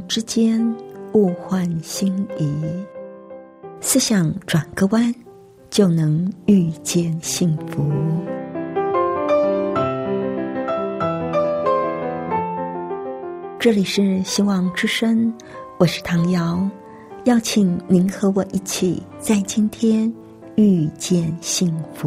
之间，物换星移，思想转个弯，就能遇见幸福。这里是希望之声，我是唐瑶，邀请您和我一起在今天遇见幸福。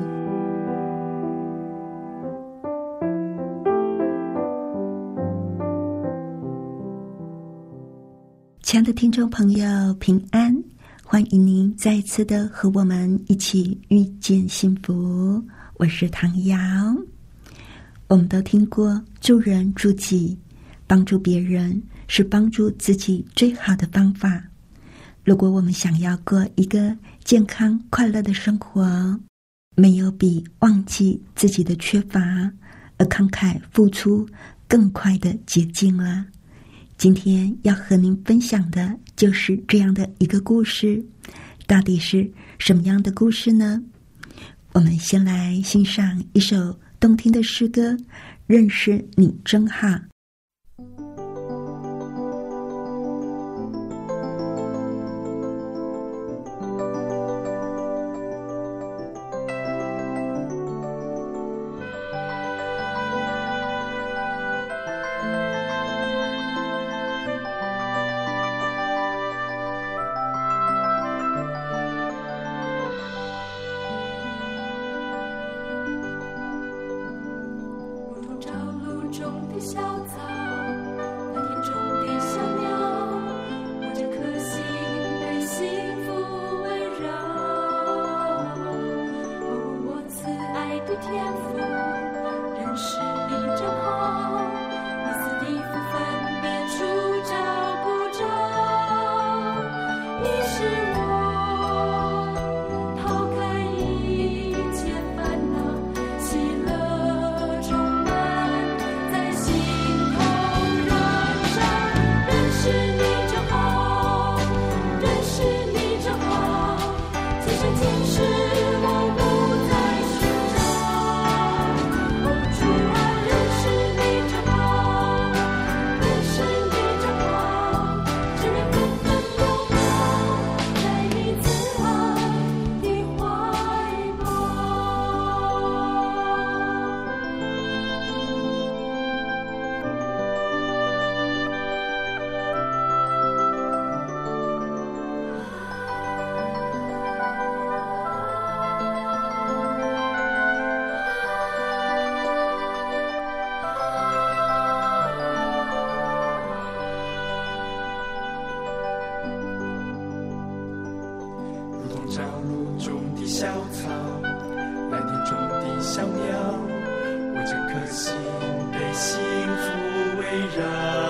亲爱的听众朋友，平安，欢迎您再一次的和我们一起遇见幸福。我是唐瑶。我们都听过助人助己，帮助别人是帮助自己最好的方法。如果我们想要过一个健康快乐的生活，没有比忘记自己的缺乏而慷慨付出更快的捷径了。今天要和您分享的就是这样的一个故事，到底是什么样的故事呢？我们先来欣赏一首动听的诗歌，认识你真好。 朝露中的小草，蓝天中的小鸟，我这颗心被幸福围绕。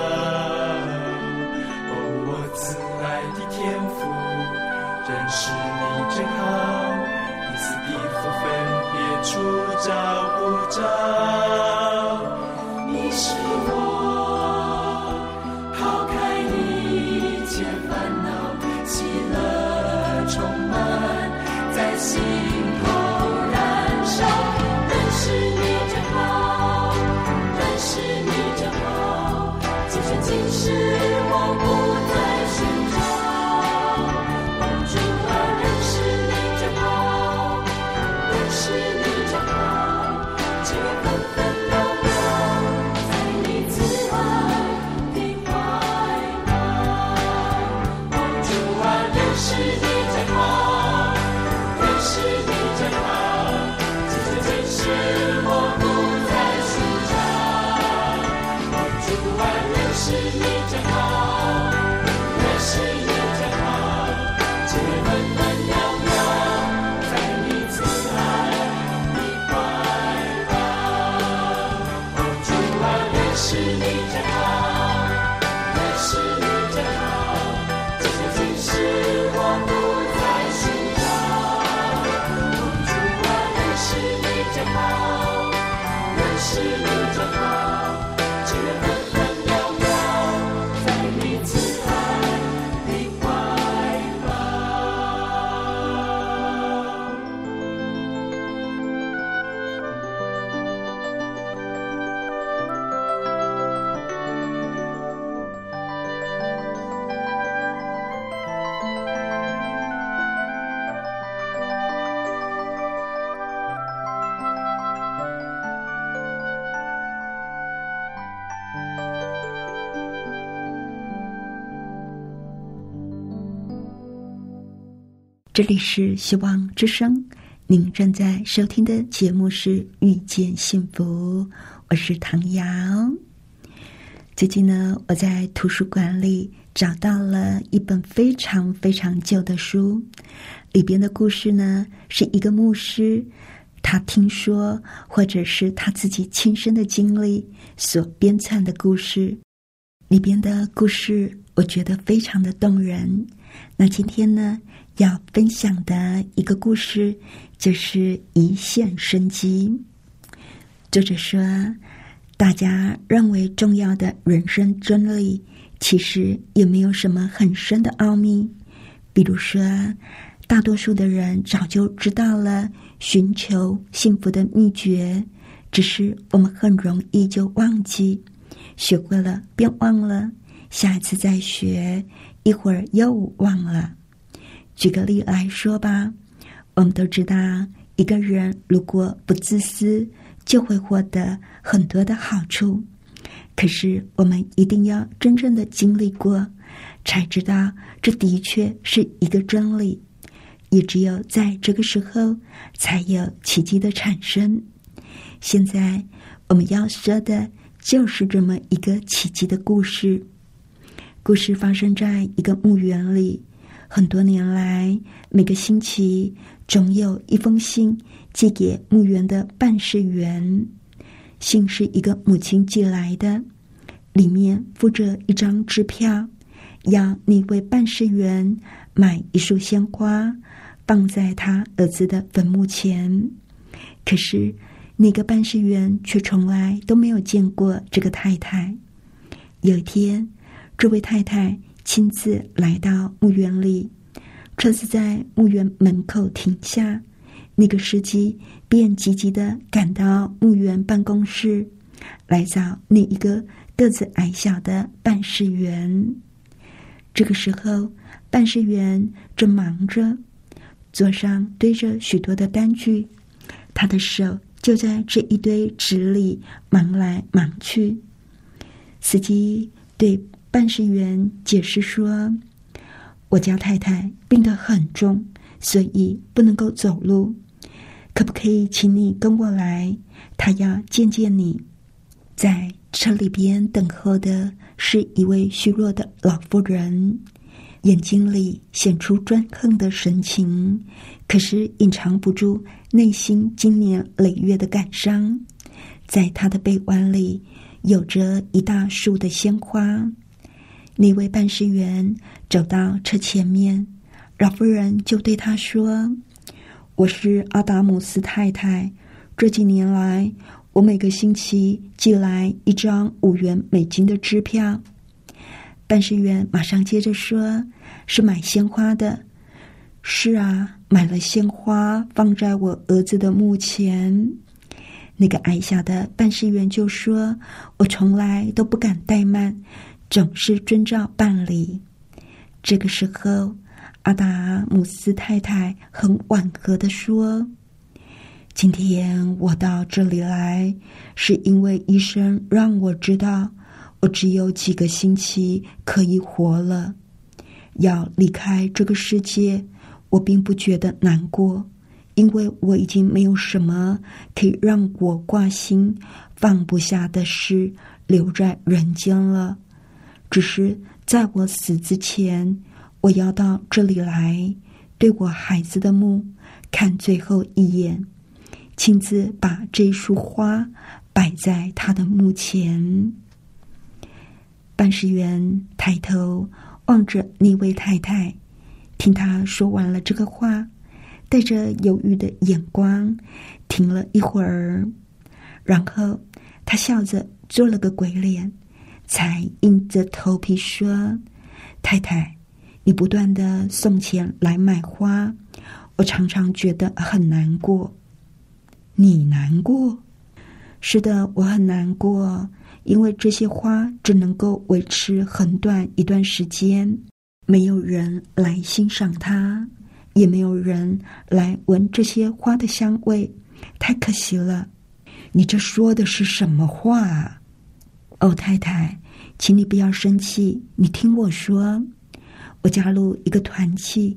哦，我慈爱的天父，认识你真好，你赐的福分别出照不照。你是我抛开一切烦恼，喜乐充满在心头燃烧。认识你真好，认识你真好，今生今世我不再寻找。哦，主啊，认识你真好，认识你真好，只愿分分秒秒在你慈爱的怀抱。哦，主啊，认识你真好，认识你真好，今生今世我不再寻找。哦，主啊，认识你真好，认识你真好，只愿分分秒秒在你慈爱的怀抱。哦，主啊，认识你真好，认识你真好，今生今世我不再寻找。哦，主啊，认识你真好，认识你真好，只愿分分秒秒在你慈爱的怀抱。 这里是希望之声，您正在收听的节目是遇见幸福，我是唐瑶。最近呢，我在图书馆里找到了一本非常非常旧的书，里边的故事呢，是一个牧师他听说或者是他自己亲身的经历所编撰的故事。里边的故事我觉得非常的动人。那今天呢，要分享的一个故事就是一线生机。作者说，大家认为重要的人生真理，其实也没有什么很深的奥秘。比如说，大多数的人早就知道了寻求幸福的秘诀，只是我们很容易就忘记，学会了便忘了，下一次再学，一会儿又忘了。举个例来说吧，我们都知道，一个人如果不自私，就会获得很多的好处。可是我们一定要真正的经历过，才知道这的确是一个真理。也只有在这个时候，才有奇迹的产生。现在我们要说的就是这么一个奇迹的故事。故事发生在一个墓园里，很多年来，每个星期总有一封信寄给墓园的办事员。信是一个母亲寄来的，里面附着一张支票，要那位办事员买一束鲜花，放在他儿子的坟墓前。可是那个办事员却从来都没有见过这个太太。有一天，这位太太亲自来到墓园里，车子在墓园门口停下，那个司机便急急地赶到墓园办公室，来找那一个个子矮小的办事员。这个时候，办事员正忙着，桌上堆着许多的单据，他的手就在这一堆纸里忙来忙去。司机对办事员解释说，我家太太病得很重，所以不能够走路，可不可以请你跟我来，她要见见你。在车里边等候的是一位虚弱的老妇人，眼睛里显出专横的神情，可是隐藏不住内心经年累月的感伤。在她的臂弯里有着一大束的鲜花。那位办事员走到车前面，老妇人就对他说，我是阿达姆斯太太，这几年来我每个星期寄来一张5元美金的支票。办事员马上接着说，是买鲜花的。是啊，买了鲜花放在我儿子的墓前。那个矮小的办事员就说，我从来都不敢怠慢，总是遵照办理。这个时候，阿达姆斯太太很婉和地说，今天我到这里来，是因为医生让我知道我只有几个星期可以活了。要离开这个世界，我并不觉得难过，因为我已经没有什么可以让我挂心放不下的事留在人间了。只是在我死之前，我要到这里来，对我孩子的墓看最后一眼，亲自把这束花摆在他的墓前。办事员抬头望着那位太太，听他说完了这个话，带着犹豫的眼光停了一会儿，然后他笑着做了个鬼脸，才硬着头皮说，太太，你不断的送钱来买花，我常常觉得很难过。你难过？是的，我很难过，因为这些花只能够维持很短一段时间，没有人来欣赏它，也没有人来闻这些花的香味，太可惜了。你这说的是什么话啊？哦，太太，请你不要生气，你听我说，我加入一个团契，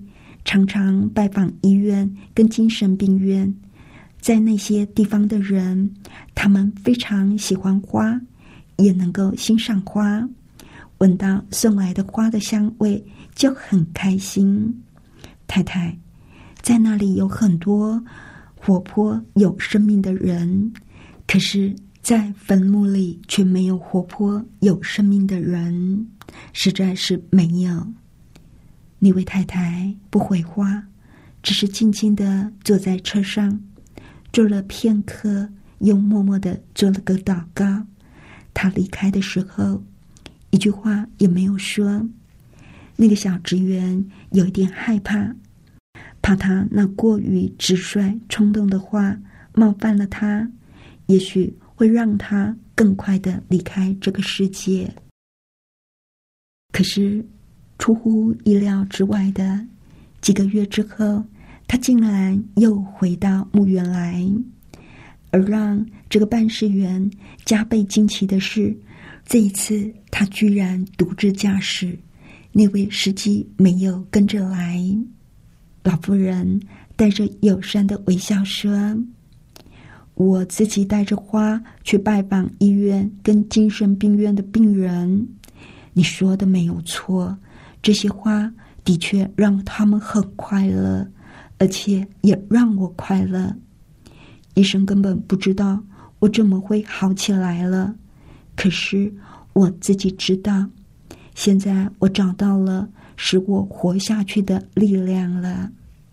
常常拜访医院跟精神病院，在那些地方的人，他们非常喜欢花，也能够欣赏花，闻到送来的花的香味就很开心。太太，在那里有很多活泼有生命的人，可是在坟墓里却没有活泼有生命的人，实在是没有。那位太太不回话，只是静静地坐在车上，坐了片刻，又默默地做了个祷告。她离开的时候，一句话也没有说。那个小职员有一点害怕，怕他那过于直率冲动的话冒犯了他，也许会让他更快地离开这个世界。可是出乎意料之外的，几个月之后，他竟然又回到墓园来。而让这个办事员加倍惊奇的是，这一次他居然独自驾驶，那位司机没有跟着来。老妇人带着友善的微笑说：我自己带着花去拜访医院跟精神病院的病人，你说的没有错，这些花的确让他们很快乐，而且也让我快乐。医生根本不知道我怎么会好起来了，可是我自己知道，现在我找到了使我活下去的力量了。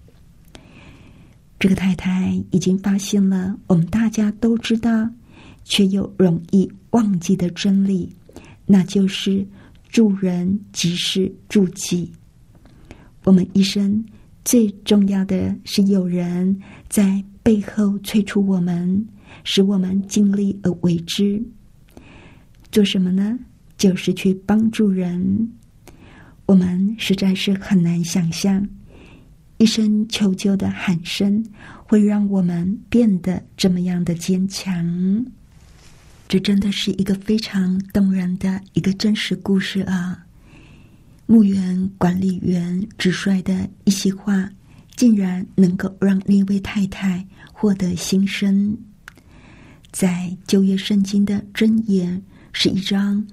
这个太太已经发现了我们大家都知道却又容易忘记的真理，那就是助人即是助己。我们一生最重要的是有人在背后催促我们，使我们尽力而为之。做什么呢？就是去帮助人。我们实在是很难想象，一声求救的喊声会让我们变得这么样的坚强。这真的是一个非常动人的一个真实故事啊！墓园管理员直率的一席话，竟然能够让那位太太获得新生。在旧约圣经的箴言11章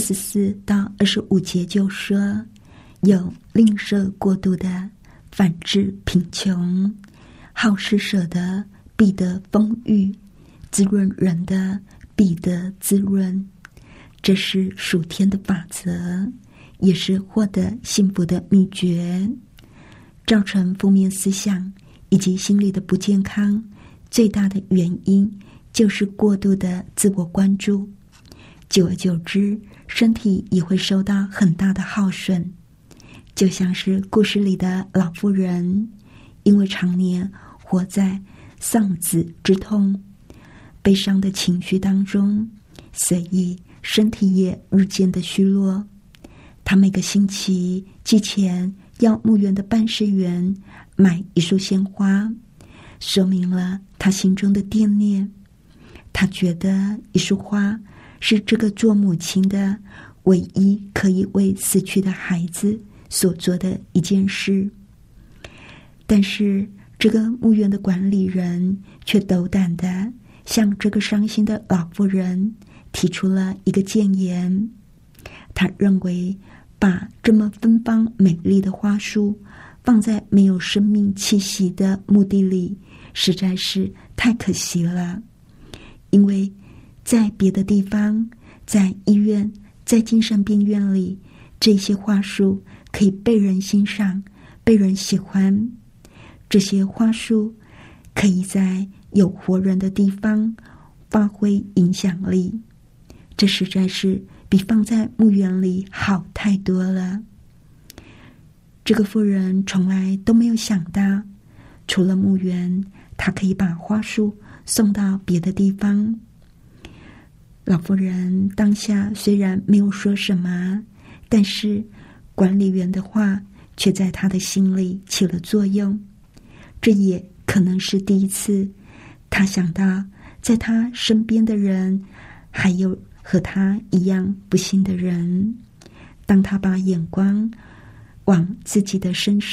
24到25节就说：有吝啬过度的，反致贫穷；好施舍的，必得丰裕；滋润人的，必得滋润。这是属天的法则，也是获得幸福的秘诀。造成负面思想以及心理的不健康，最大的原因就是过度的自我关注，久而久之，身体也会受到很大的耗损。就像是故事里的老妇人，因为常年活在丧子之痛、悲伤的情绪当中，所以身体也日渐的虚弱。她每个星期寄钱要墓园的办事员买一束鲜花，说明了她心中的惦念。她觉得一束花是这个做母亲的唯一可以为死去的孩子所做的一件事。但是这个墓园的管理人却斗胆地向这个伤心的老妇人提出了一个建言。他认为把这么芬芳美丽的花束放在没有生命气息的墓地里，实在是太可惜了。因为在别的地方，在医院，在精神病院里，这些花束可以被人欣赏，被人喜欢。这些花束可以在有活人的地方发挥影响力，这实在是比放在墓园里好太多了。这个妇人从来都没有想到，除了墓园，她可以把花束送到别的地方。老妇人当下虽然没有说什么，但是管理员的话却在她的心里起了作用。这也可能是第一次，她想到在她身边的人还有和她一样不幸的人。当她把眼光往自己的身上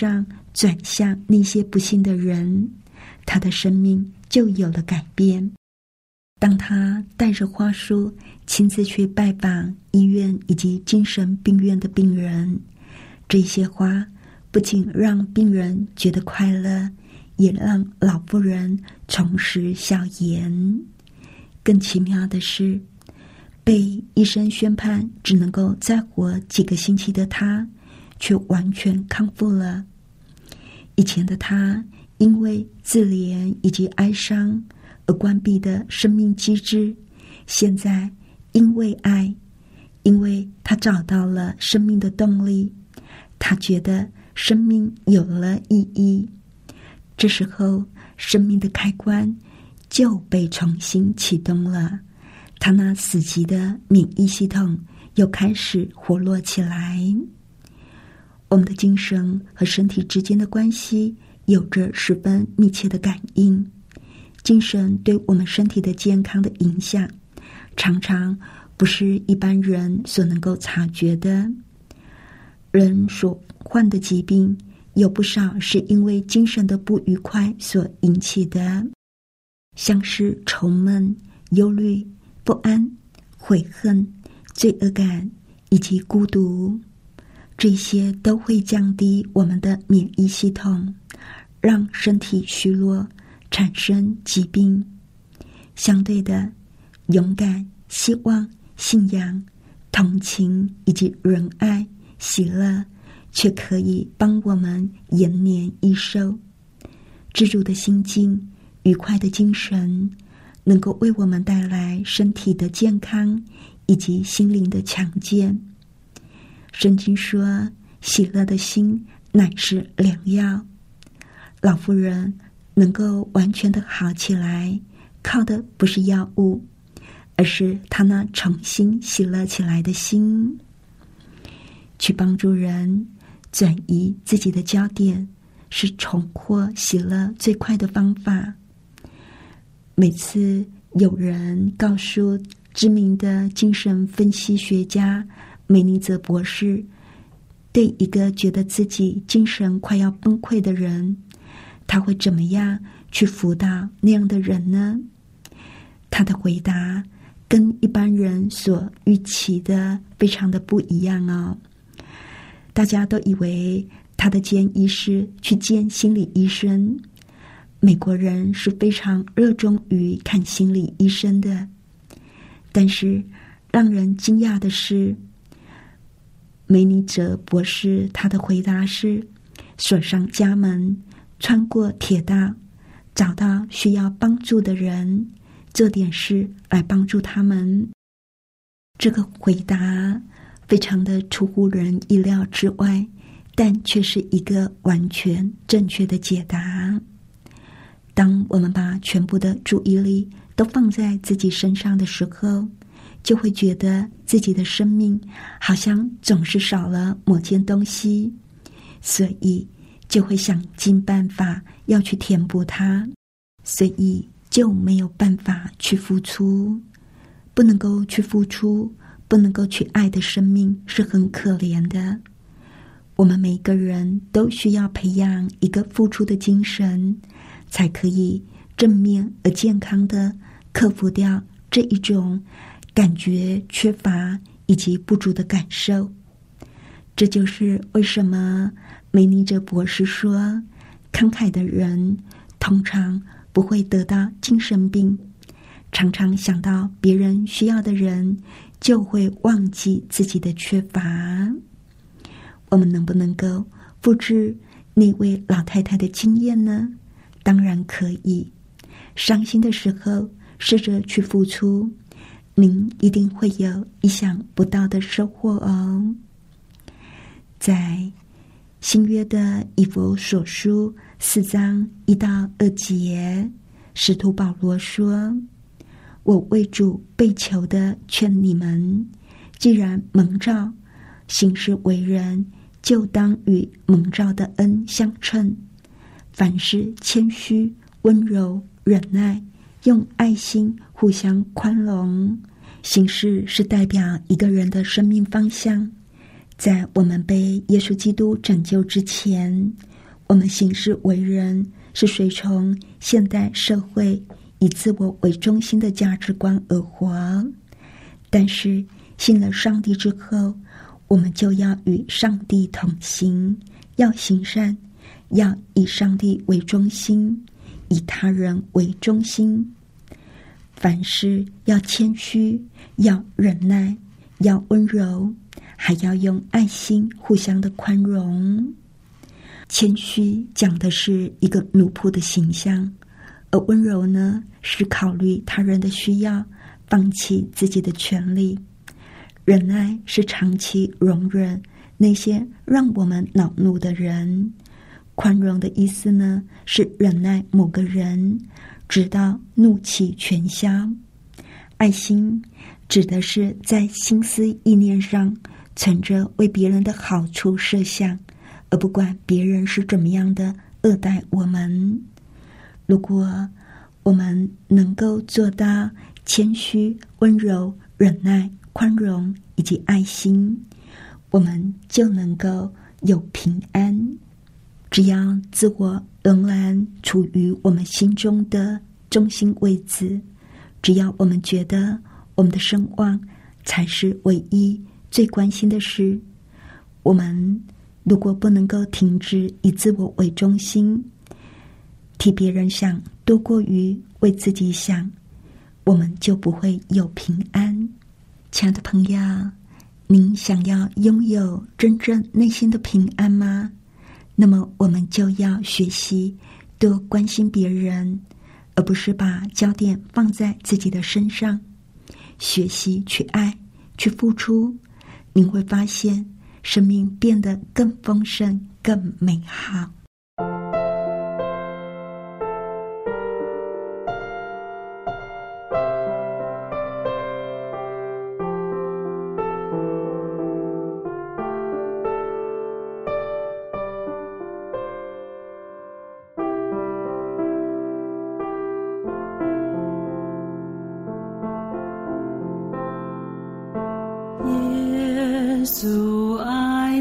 转向那些不信的人，他的生命就有了改变。当他带着花束亲自去拜访医院以及精神病院的病人，这些花不仅让病人觉得快乐，也让老妇人重拾笑颜。更奇妙的是，被医生宣判只能够再活几个星期的他，却完全康复了。以前的他因为自怜以及哀伤而关闭的生命机制，现在因为爱，因为他找到了生命的动力，他觉得生命有了意义。这时候生命的开关就被重新启动了，他那死寂的免疫系统又开始活络起来。我们的精神和身体之间的关系有着十分密切的感应，精神对我们身体的健康的影响常常不是一般人所能够察觉的。人所患的疾病有不少是因为精神的不愉快所引起的，像是愁闷、忧虑、不安、悔恨、罪恶感以及孤独，这些都会降低我们的免疫系统，让身体虚弱，产生疾病。相对的，勇敢、希望、信仰、同情以及仁爱、喜乐却可以帮我们延年益寿。知足的心境、愉快的精神能够为我们带来身体的健康以及心灵的强健。圣经说，喜乐的心乃是良药。老妇人能够完全的好起来，靠的不是药物，而是她那重新喜乐起来的心。去帮助人转移自己的焦点，是重获喜乐最快的方法。每次有人告诉知名的精神分析学家梅尼泽博士，对一个觉得自己精神快要崩溃的人，他会怎么样去辅导那样的人呢？他的回答跟一般人所预期的非常的不一样哦。大家都以为他的建议是去见心理医生。美国人是非常热衷于看心理医生的，但是让人惊讶的是，梅尼泽博士他的回答是锁上家门，穿过铁道，找到需要帮助的人，做点事来帮助他们。这个回答非常的出乎人意料之外，但却是一个完全正确的解答。当我们把全部的注意力都放在自己身上的时候，就会觉得自己的生命好像总是少了某件东西，所以就会想尽办法要去填补它，所以就没有办法去付出。不能够去付出，不能够去爱的生命是很可怜的。我们每个人都需要培养一个付出的精神，才可以正面而健康的克服掉这一种感觉缺乏以及不足的感受。这就是为什么梅尼泽博士说，慷慨的人通常不会得到精神病，常常想到别人需要的人，就会忘记自己的缺乏。我们能不能够复制那位老太太的经验呢？当然可以。伤心的时候试着去付出，您一定会有意想不到的收获哦。在新约的以弗所书4章1到2节，使徒保罗说，我为主被囚的劝你们，既然蒙召行事为人，就当与蒙召的恩相称，凡事谦虚、温柔、忍耐，用爱心互相宽容。行事是代表一个人的生命方向。在我们被耶稣基督拯救之前， 我们行事为人是随从现代社会以自我为中心的价值观而活，但是信了上帝之后，我们就要与上帝同行，要行善，要以上帝为中心，以他人为中心。凡事要谦虚，要忍耐，要温柔，还要用爱心互相的宽容。谦虚讲的是一个奴仆的形象，而温柔呢，是考虑他人的需要，放弃自己的权利。忍耐是长期容忍那些让我们恼怒的人。宽容的意思呢，是忍耐某个人，直到怒气全消。爱心指的是在心思意念上存着为别人的好处设想，而不管别人是怎么样的恶待我们。如果我们能够做到谦虚、温柔、忍耐、宽容以及爱心，我们就能够有平安。只要自我仍然处于我们心中的中心位置，只要我们觉得我们的声望才是唯一最关心的事，我们如果不能够停止以自我为中心，替别人想多过于为自己想，我们就不会有平安。亲爱的朋友，您想要拥有真正内心的平安吗？那么我们就要学习多关心别人，而不是把焦点放在自己的身上。学习去爱，去付出，您会发现生命变得更丰盛、更美好。 耶稣爱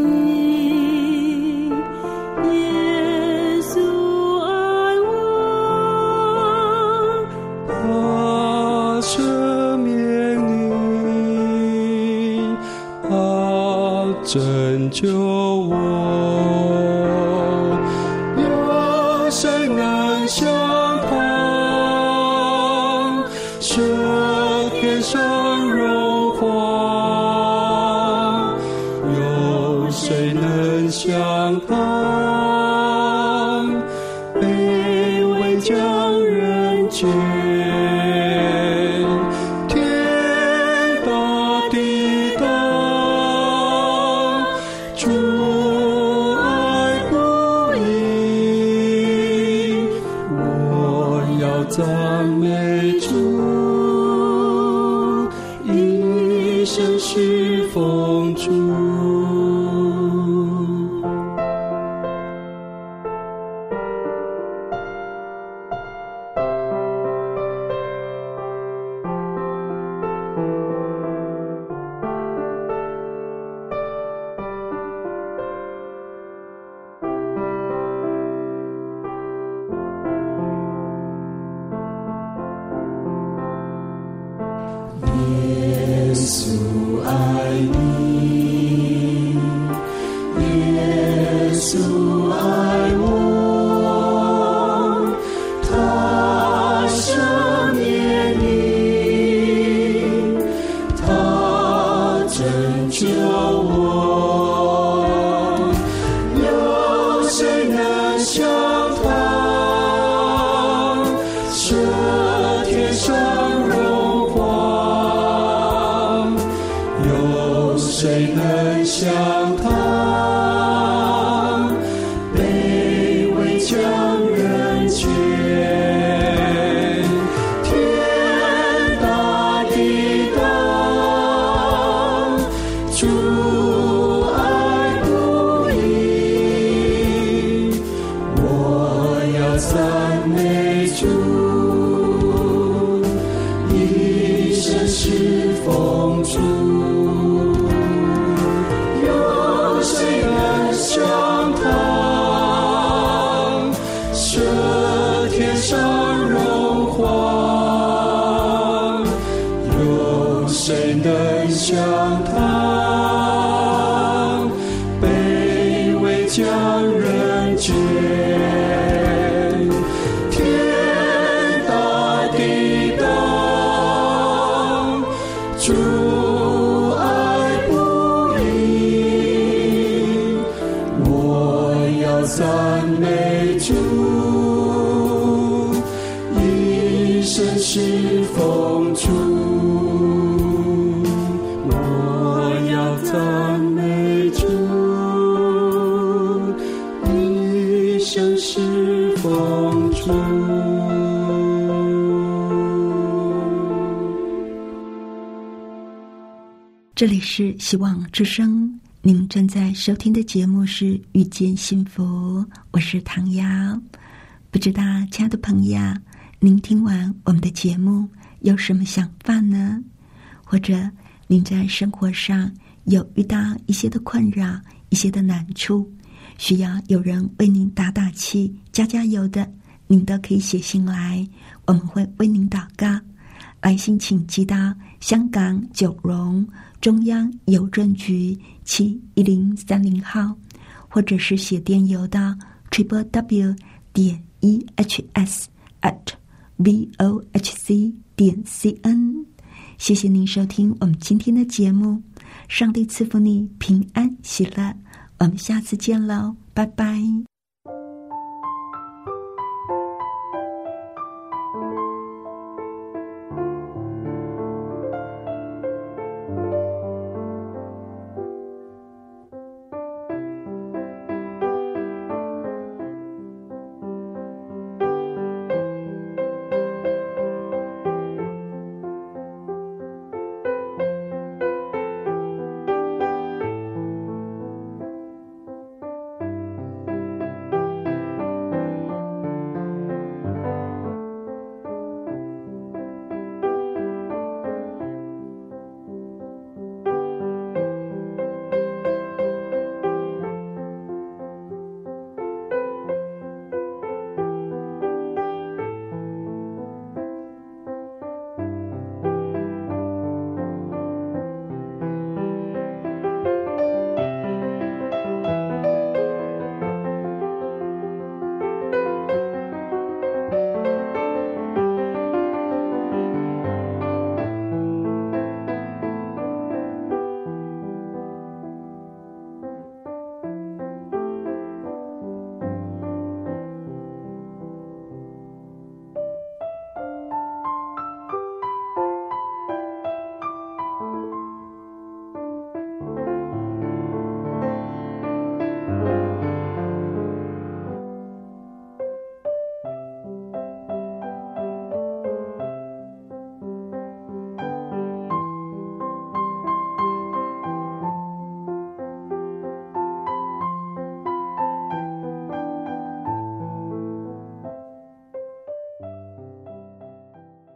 你，耶稣爱我， 他赦免你，他拯救我。有谁能相同？是天上荣华。谁能相抗？卑微将人间，天大地大，主爱不移。我要赞美主，一生侍奉主。耶稣爱你，耶稣爱我，他赦免你，他拯救我。有谁能相抗？这天上荣华。谁能相抗？卑微将人间，天大地大，主爱不移。我要赞美主，一生侍奉主。相抗， 谁能像他卑微将人间，天大地大，主爱不移，我要赞美主，一生侍奉主，我要赞美主，一生侍奉主。 这里是希望之声，您正在收听的节目是遇见幸福，我是唐瑶。不知道亲爱的朋友，您听完我们的节目有什么想法呢？或者您在生活上有遇到一些的困扰，一些的难处，需要有人为您打打气加加油的，您都可以写信来，我们会为您祷告。来信请寄到香港九龙中央邮政局71030号，或者是写电邮到 www.ehs@vohc.cn。 谢谢您收听我们今天的节目，上帝赐福你平安喜乐，我们下次见喽，拜拜。